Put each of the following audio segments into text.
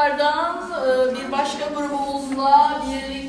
Tekrardan bir başka grubumuzla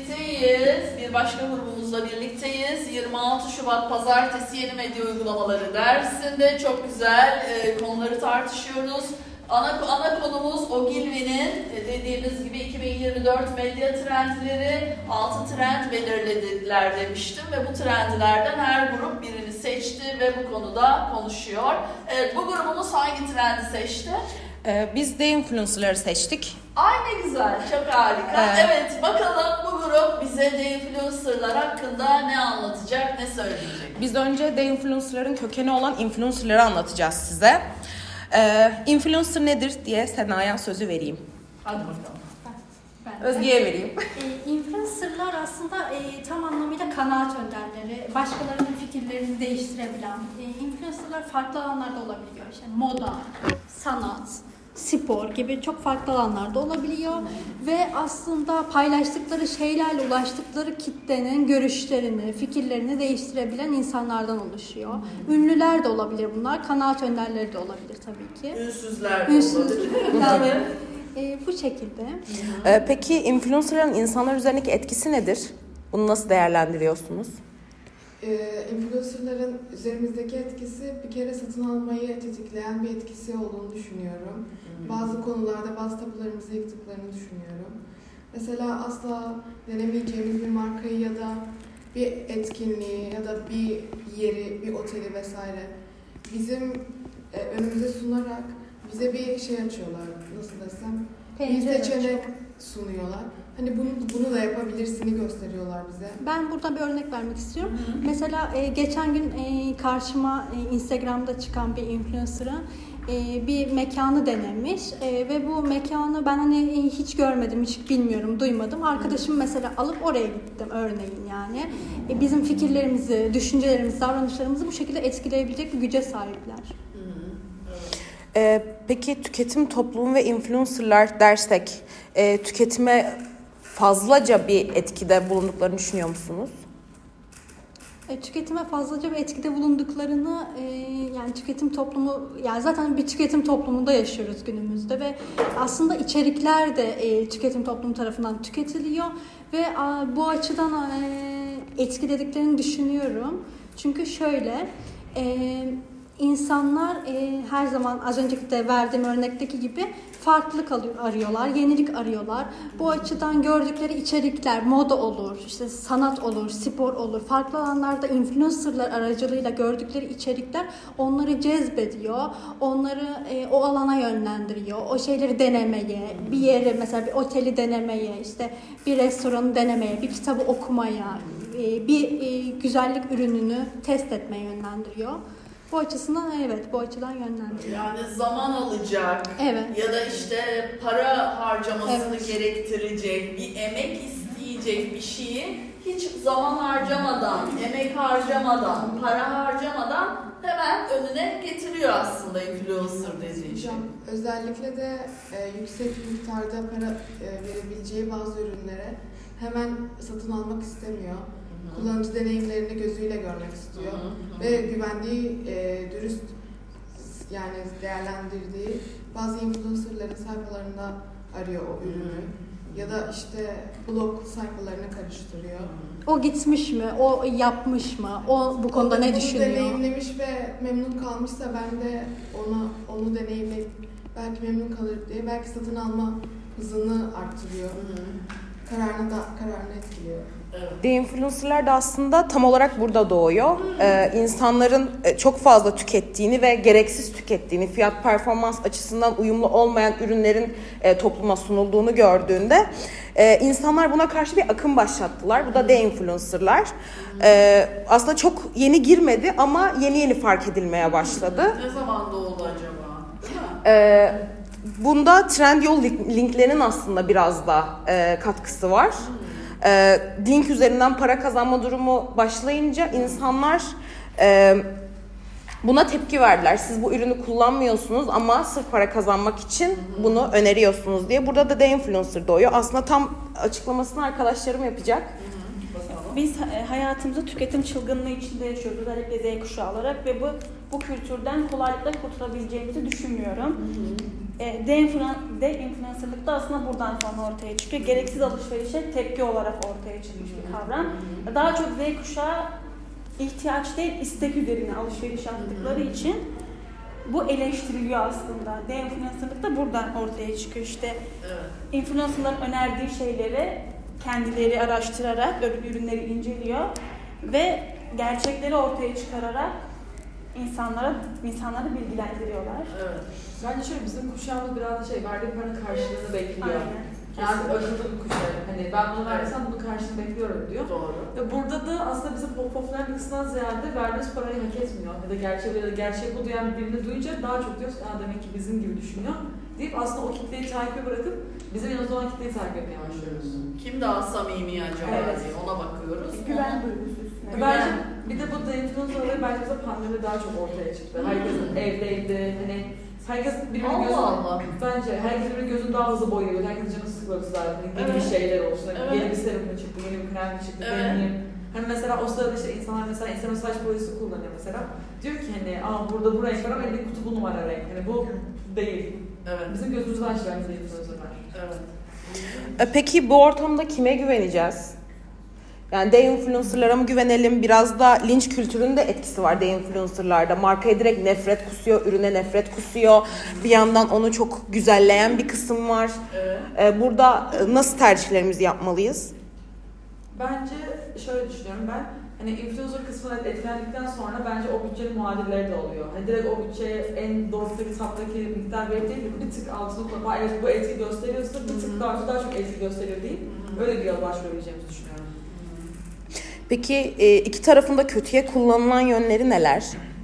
birlikteyiz. 26 Şubat Pazartesi Yeni Medya Uygulamaları dersinde çok güzel konuları tartışıyoruz. Ana konumuz Ogilvy'nin dediğimiz gibi 2024 medya trendleri, 6 trend belirlediler demiştim ve bu trendlerden her grup birini seçti ve bu konuda konuşuyor. Evet, bu grubumuz hangi trendi seçti? Biz de influencer'ları seçtik. Ay ne güzel, çok harika. Evet, bakalım bu grup bize de influencer'lar hakkında ne anlatacak, ne söyleyecek? Biz önce de influencer'ların kökeni olan influencer'ları anlatacağız size. Influencer nedir diye Sena'ya sözü vereyim. Hadi bakalım. Özge'ye vereyim. Influencer'lar aslında tam anlamıyla kanaat önderleri, başkalarının fikirlerini değiştirebilen. Influencer'lar farklı alanlarda olabiliyor. İşte moda, sanat, spor gibi çok farklı alanlarda olabiliyor. Ve aslında paylaştıkları şeylerle ulaştıkları kitlenin görüşlerini, fikirlerini değiştirebilen insanlardan oluşuyor. Ünlüler de olabilir bunlar, kanaat önderleri de olabilir tabii ki. Ünsüzler de olabilir. Bu şekilde. Peki influencer'ların insanlar üzerindeki etkisi nedir? Bunu nasıl değerlendiriyorsunuz? Influencer'ların üzerimizdeki etkisi bir kere satın almayı tetikleyen bir etkisi olduğunu düşünüyorum. Bazı konularda bazı tabularımızı yıktıklarını düşünüyorum. Mesela asla denemeyeceğimiz bir markayı ya da bir etkinliği ya da bir yeri, bir oteli vesaire bizim önümüze sunarak bize bir şey açıyorlar, nasıl desem, bir seçenek sunuyorlar. Hani bunu da yapabilirsini gösteriyorlar bize. Ben burada bir örnek vermek istiyorum. Hı-hı. Mesela geçen gün karşıma Instagram'da çıkan bir influencer'a bir mekanı denemiş ve bu mekanı ben hani hiç görmedim, hiç bilmiyorum, duymadım. Arkadaşım mesela alıp oraya gittim örneğin yani. Bizim fikirlerimizi, düşüncelerimizi, davranışlarımızı bu şekilde etkileyebilecek bir güce sahipler. Peki tüketim toplumu ve influencer'lar dersek tüketime fazlaca bir etkide bulunduklarını düşünüyor musunuz? Tüketime fazlaca bir etkide bulunduklarını yani tüketim toplumu, yani zaten bir tüketim toplumunda yaşıyoruz günümüzde ve aslında içerikler de tüketim toplumu tarafından tüketiliyor ve bu açıdan etkilediklerini düşünüyorum. Çünkü şöyle İnsanlar her zaman az önceki de verdiğim örnekteki gibi farklılık arıyorlar, yenilik arıyorlar. Bu açıdan gördükleri içerikler, moda olur, işte sanat olur, spor olur. Farklı alanlarda influencerlar aracılığıyla gördükleri içerikler onları cezbediyor. Onları o alana yönlendiriyor. O şeyleri denemeye, bir yere mesela bir oteli denemeye, işte bir restoranı denemeye, bir kitabı okumaya, bir güzellik ürününü test etmeye yönlendiriyor. Bu açısından bu açıdan yönlendiriyor. Yani zaman alacak ya da işte para harcamasını gerektirecek, bir emek isteyecek bir şeyi hiç zaman harcamadan, emek harcamadan, para harcamadan hemen önüne getiriyor aslında influencer dediği şey. Özellikle de yüksek miktarda para verebileceği bazı ürünlere hemen satın almak istemiyor. Kullanıcı deneyimlerini gözüyle görmek istiyor ve güvendiği, dürüst yani değerlendirdiği bazı influencerların sayfalarında arıyor o ürünü ya da işte blog sayfalarını karıştırıyor. O gitmiş mi? O yapmış mı? O bu konuda ne düşünüyor? O deneyimlemiş ve memnun kalmışsa ben de onu deneyimleyip belki memnun kalır diye belki satın alma hızını arttırıyor. Kararını etkiliyor. De influencer'lar da aslında tam olarak burada doğuyor. İnsanların çok fazla tükettiğini ve gereksiz tükettiğini, fiyat performans açısından uyumlu olmayan ürünlerin topluma sunulduğunu gördüğünde insanlar buna karşı bir akım başlattılar. Bu da de influencer'lar. Aslında çok yeni girmedi ama yeni fark edilmeye başladı. Ne zaman doğdu acaba? Bunda Trendyol linklerinin aslında biraz da katkısı var. Link üzerinden para kazanma durumu başlayınca insanlar buna tepki verdiler. Siz bu ürünü kullanmıyorsunuz ama sırf para kazanmak için bunu öneriyorsunuz diye. Burada da de influencer doğuyor. Aslında tam açıklamasını arkadaşlarım yapacak. Biz hayatımızda tüketim çılgınlığı içinde yaşıyoruz. Özellikle Z kuşağı olarak ve bu kültürden kolaylıkla kurtulabileceğimizi düşünmüyorum. De-influencerlık da aslında buradan sonra ortaya çıkıyor. Gereksiz alışverişe tepki olarak ortaya çıkmış bir kavram. Daha çok Z kuşağı ihtiyaç değil, istek üzerine alışveriş yaptıkları için bu eleştiriliyor aslında. De-influencerlık da buradan ortaya çıkıyor. İşte influencerların önerdiği şeyleri kendileri araştırarak ürünleri inceliyor ve gerçekleri ortaya çıkararak insanları bilgilendiriyorlar. Evet. Bence şöyle bizim kuşağımız biraz da verdiği paranın karşılığını bekliyor. Aynen. Yani akıllı bir kuşak. Hani ben bunu versem bunun karşılığını bekliyorum diyor. Doğru. Ve burada da aslında bizim popüler bir kısmından ziyade verdiğimiz parayı hak etmiyor. Ya da gerçeği bu duyan birini duyunca daha çok diyoruz ki demek ki bizim gibi düşünüyor deyip aslında o kitleyi takibi bırakıp bizim yanımızda olan kitleyi takip etmeye başlıyoruz. Kim daha samimi acaba diye ona bakıyoruz. Güven duygusu üstüne. Bence bir de bu influencer olayı bence bize pandemide daha çok ortaya çıktı. Herkesin evdeydi, hani herkes birbirinin bence herkes birbirinin gözünü daha hızlı boyuyor. Herkes canı sıkılıyor zaten. Yeni bir şeyler olsun. Yeni bir serum çıktı, yeni bir krem çıktı, deneyim. Hani mesela o sırada insanlar mesela insanın saç boyası kullanıyor mesela. Diyor ki hani burada bu renk var ama elinde kutu bu numara renk. Hani bu değil. Evet. Bizim gözümüzü açtılar bize influencerlar. Evet. Peki bu ortamda kime güveneceğiz? Yani de-influencer'lara mı güvenelim? Biraz da linç kültürünün de etkisi var de-influencer'larda. Markaya direkt nefret kusuyor, ürüne nefret kusuyor. Bir yandan onu çok güzelleyen bir kısım var. Evet. Burada nasıl tercihlerimizi yapmalıyız? Bence şöyle düşünüyorum ben. Hani influencer kısmına etkilendikten sonra bence o bütçenin muadilleri de oluyor. Hani direkt o bütçeye en doğrudaki taptaki miktar verip değil bir tık altını koyup evet bu etki gösteriyorsa bir tık daha çok etki gösteriyor değil. Öyle bir yola başvurabileceğimizi düşünüyorum. Peki iki tarafında kötüye kullanılan yönleri neler?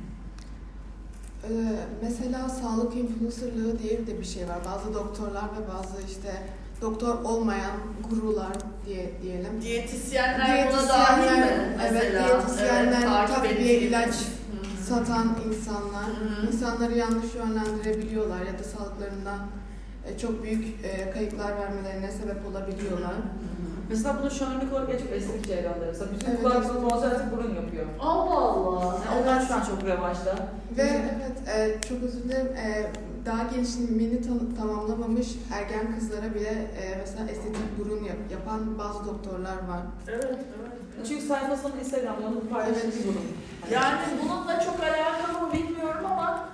Mesela sağlık influencerlığı diye de bir şey var. Bazı doktorlar ve bazı doktor olmayan gurular diyelim. Diyetisyenler buna dahil mi? Evet, Mesela. diyetisyenler, takviye ilaç Hı-hı. satan insanlar, insanları yanlış yönlendirebiliyorlar ya da sağlıklarından çok büyük kayıplar vermelerine sebep olabiliyorlar. Mesela bunu şu an örnek olarak çok estetik cerrahlar. Mesela bütün kulaklarını konservatif burun yapıyor. Allah Allah. Yani onlar şu an çok revaçta. Ve çok özür dilerim, daha gelişimini tamamlamamış ergen kızlara bile mesela estetik burun yapan bazı doktorlar var. Evet. Çünkü sayfasının Instagram'da onu paylaşmış burun. Yani bununla çok alakalı mı bilmiyorum ama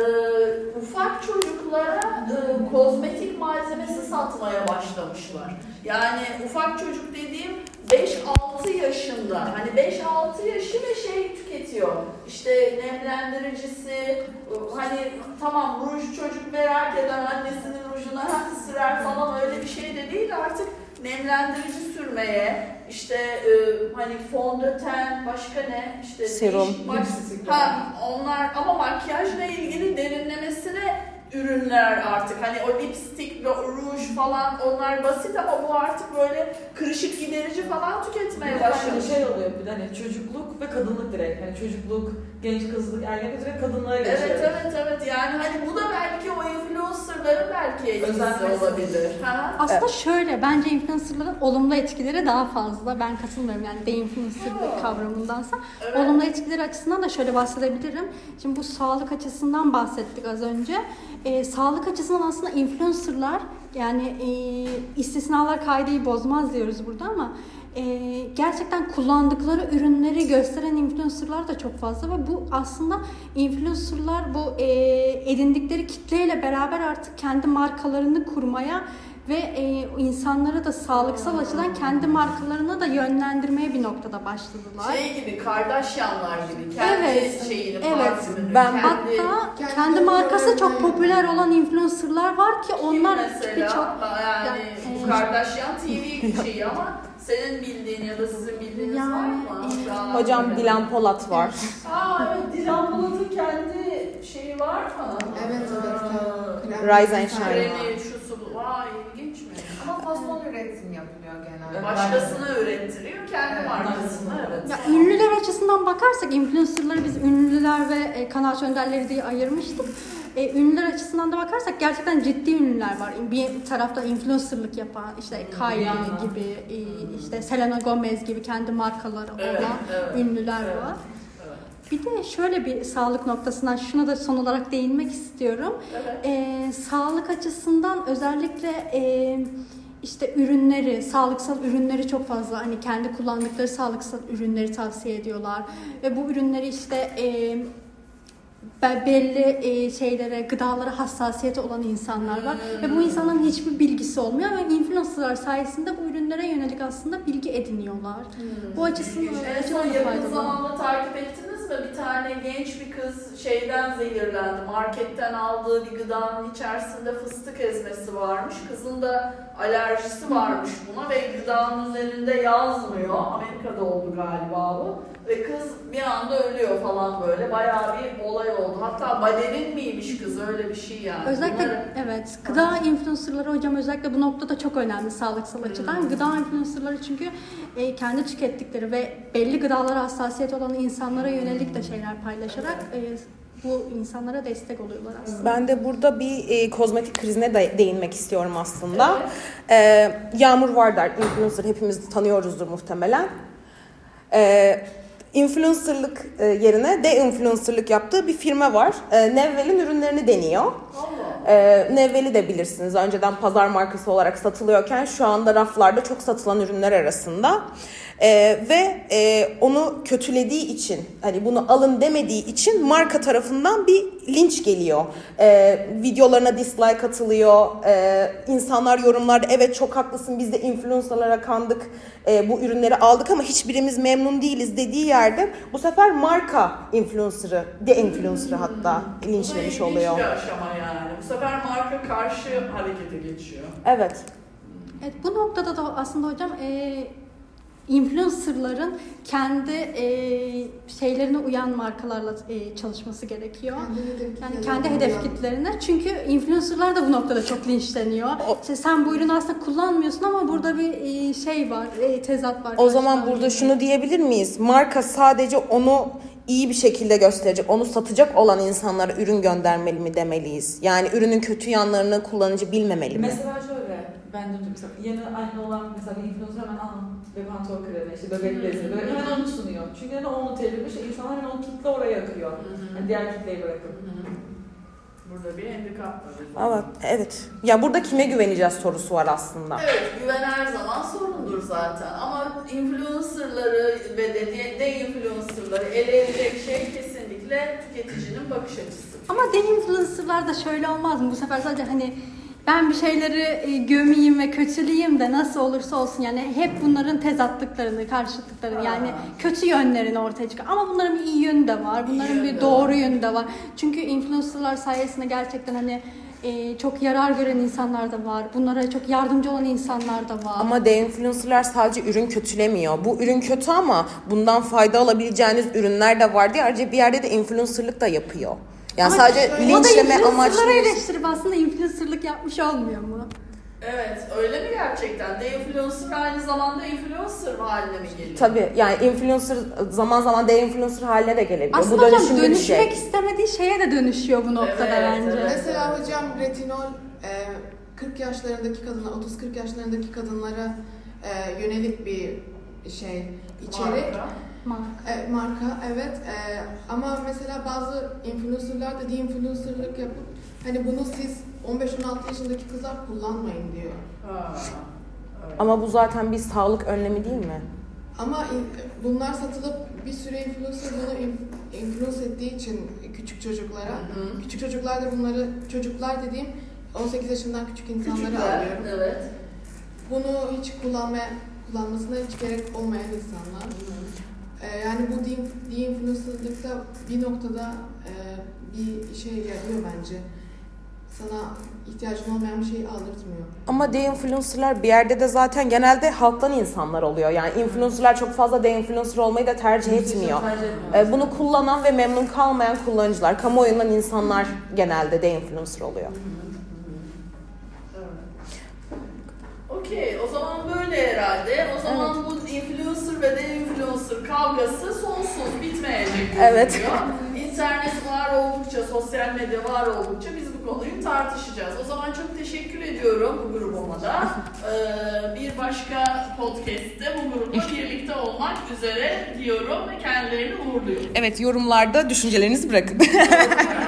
ufak çocuklara kozmetik malzemesi satmaya başlamışlar. Yani ufak çocuk dediğim 5-6 yaşında. Hani 5-6 yaşı ve tüketiyor. İşte nemlendiricisi, hani tamam ruj çocuk merak eder annesinin rujuna sürer falan öyle bir şey de değil artık. Nemlendirici sürmeye, hani fondöten, başka ne? İşte serum. Onlar ama makyajla ilgili derinlemesine ürünler artık. Hani o lipstick ve ruj falan onlar basit ama bu artık böyle kırışık giderici falan tüketmeye başlamış. Oluyor bir de hani çocukluk ve kadınlık direkt. Hani çocukluk, genç kızlık, ergenlik direkt kadınlara geçiyor. Evet. Yani hani bu da belki o influencerların belki etkisi olabilir. Aslında şöyle, bence influencerların olumlu etkileri daha fazla. Ben katılmıyorum yani de-influencerlık kavramındansa. Evet. Olumlu etkileri açısından da şöyle bahsedebilirim. Şimdi bu sağlık açısından bahsettik az önce. Sağlık açısından aslında influencerlar yani istisnalar kaideyi bozmaz diyoruz burada ama gerçekten kullandıkları ürünleri gösteren influencerlar da çok fazla ve bu aslında influencerlar bu edindikleri kitleyle beraber artık kendi markalarını kurmaya ve insanları da sağlıksal açıdan kendi markalarına da yönlendirmeye bir noktada başladılar. Gibi, Kardashianlar gibi. Kendi şeyini, parfümünü. Hatta kendi markası çok popüler olan influencerlar var ki onlar mesela, çok... Yani Kardashian TV şeyi ama senin bildiğin ya da sizin bildiğiniz var mı? Hocam Dilan Polat var. Evet, Dilan Polat'ın kendi şeyi var mı? Evet. Rise and Shine. Kremi, şusu, vay ilginç mi? Ama fason üretim yapılıyor genelde. Başkasına ürettiriyor, kendi markasına, evet. Ya, ünlüler açısından bakarsak influencerları biz ünlüler ve kanaat önderleri diye ayırmıştık. Ünlüler açısından da bakarsak gerçekten ciddi ünlüler var. Bir tarafta influencerlık yapan Kylie gibi, Selena Gomez gibi kendi markaları olan ünlüler var. Bir de şöyle bir sağlık noktasından şuna da son olarak değinmek istiyorum. Evet. Sağlık açısından özellikle işte ürünleri, sağlıksal ürünleri çok fazla hani kendi kullandıkları sağlıksal ürünleri tavsiye ediyorlar. Ve bu ürünleri işte belli şeylere, gıdalara hassasiyeti olan insanlar var. Ve bu insanların hiçbir bilgisi olmuyor ve influencerlar sayesinde bu ürünlere yönelik aslında bilgi ediniyorlar. Bu açısından En son yakın zamanda takip ettiniz mi? Bir tane genç bir kız şeyden zehirlendi. Marketten aldığı bir gıdanın içerisinde fıstık ezmesi varmış. Kızın da alerjisi varmış buna ve gıdanın üzerinde yazmıyor. Amerika'da oldu galiba bu. Ve kız bir anda ölüyor falan böyle. Bayağı bir olay oldu. Hatta balerin miymiş kız, öyle bir şey yani. Özellikle evet, gıda influencerları hocam özellikle bu noktada çok önemli sağlıksal açıdan. Gıda influencerları çünkü kendi tükettikleri ve belli gıdalara hassasiyet olan insanlara yönelik de şeyler paylaşarak bu insanlara destek oluyorlar aslında. Ben de burada bir kozmetik krizine değinmek istiyorum aslında. Yağmur Vardar, influencer, hepimiz tanıyoruzdur muhtemelen. Influencerlık yerine de-influencerlık yaptığı bir firma var. Nevvel'in ürünlerini deniyor. Nevvel'i de bilirsiniz. Önceden pazar markası olarak satılıyorken şu anda raflarda çok satılan ürünler arasında. Ve onu kötülediği için, hani bunu alın demediği için marka tarafından bir linç geliyor. Videolarına dislike atılıyor. İnsanlar yorumlarda evet çok haklısın, biz de influencerlara kandık, bu ürünleri aldık ama hiçbirimiz memnun değiliz dediği yerde bu sefer marka influencer'ı, de-influencer'ı hatta linçlemiş oluyor. Bu da ilginç bir aşama yani. Bu sefer marka karşı harekete geçiyor. Evet. Evet, bu noktada da aslında hocam influencerların kendi şeylerine uyan markalarla çalışması gerekiyor. Yani kendi hedef kitlerine. Çünkü influencerlar da bu noktada çok linçleniyor. İşte sen bu ürünü aslında kullanmıyorsun ama burada bir şey var, tezat var. O zaman burada şunu diyebilir miyiz? Marka sadece onu iyi bir şekilde gösterecek, onu satacak olan insanlara ürün göndermeli mi demeliyiz? Yani ürünün kötü yanlarını kullanıcı bilmemeli mi? Mesela şöyle, ben de mesela yeni anne olan mesela bir influencer hemen Levantor kremi, işte bebek bezi, böyle hemen onu sunuyor. Çünkü hemen onu tedirmiş, insanlar hemen o kitle oraya akıyor. Yani diğer kitleyi bırakıp. Burada bir handikap var. Evet. Ya burada kime güveneceğiz sorusu var aslında. Evet, güven her zaman sorundur zaten. Ama influencerları ve de-influencerları ele edecek şey kesinlikle tüketicinin bakış açısı. Ama de-influencerlar da şöyle olmaz mı? Bu sefer sadece hani ben bir şeyleri gömeyim ve kötüleyeyim de nasıl olursa olsun yani hep bunların tezatlıklarını, karşıtlıklarını yani kötü yönlerini ortaya çıkar. Ama bunların bir iyi yönü de var. Bunların bir doğru yönü de var. Çünkü influencerlar sayesinde gerçekten hani çok yarar gören insanlar da var. Bunlara çok yardımcı olan insanlar da var. Ama de-influencerlar sadece ürün kötülemiyor. Bu ürün kötü ama bundan fayda alabileceğiniz ürünler de var diye ayrıca bir yerde de influencerlık da yapıyor. Yani ama sadece linçleme amaçlı. Influencer'ları eleştirip aslında influencerlık yapmış olmuyor mu? Evet, öyle mi gerçekten? De-influencer aynı zamanda influencer haline mi geliyor? Tabii, yani influencer zaman zaman de-influencer haline de gelebiliyor. Aslında bu hocam dönüşmek istemediği şeye de dönüşüyor bu noktada bence. Evet. Mesela hocam retinol 40 yaşlarındaki kadınlar, 30-40 yaşlarındaki kadınlara yönelik bir şey, içerik. Marka evet. Ama mesela bazı influencerlar da de-influencerlık yapıp hani bunu siz 15-16 yaşındaki kızlar kullanmayın diyor. Evet. Ama bu zaten bir sağlık önlemi değil mi? Ama bunlar satılıp bir süre influencer bunu influence ettiği için küçük çocuklara. Küçük çocuklar da bunları, çocuklar dediğim 18 yaşından küçük insanları alıyorum. Evet. Bunu hiç kullanmasına hiç gerek olmayan insanlar. Yani bu de-influencerlıkta bir noktada bir şey yarıyor bence. Sana ihtiyacın olmayan bir şeyi aldırtmıyor. Ama de-influencerlar bir yerde de zaten genelde halktan insanlar oluyor. Yani influencerlar çok fazla de-influencer olmayı da tercih etmiyor. Bunu kullanan ve memnun kalmayan kullanıcılar, kamuoyundan insanlar genelde de-influencer oluyor. Okey, o zaman böyle herhalde. O zaman bu influencer ve de-influencer kavgası sonsuz bitmeyecek gözüküyor. Evet. İnternet var oldukça, sosyal medya var oldukça biz bu bu konuyu tartışacağız. O zaman çok teşekkür ediyorum bu grubuma da. Bir başka podcast'te bu grupla birlikte olmak üzere diyorum ve kendilerini uğurluyorum. Evet, yorumlarda düşüncelerinizi bırakın.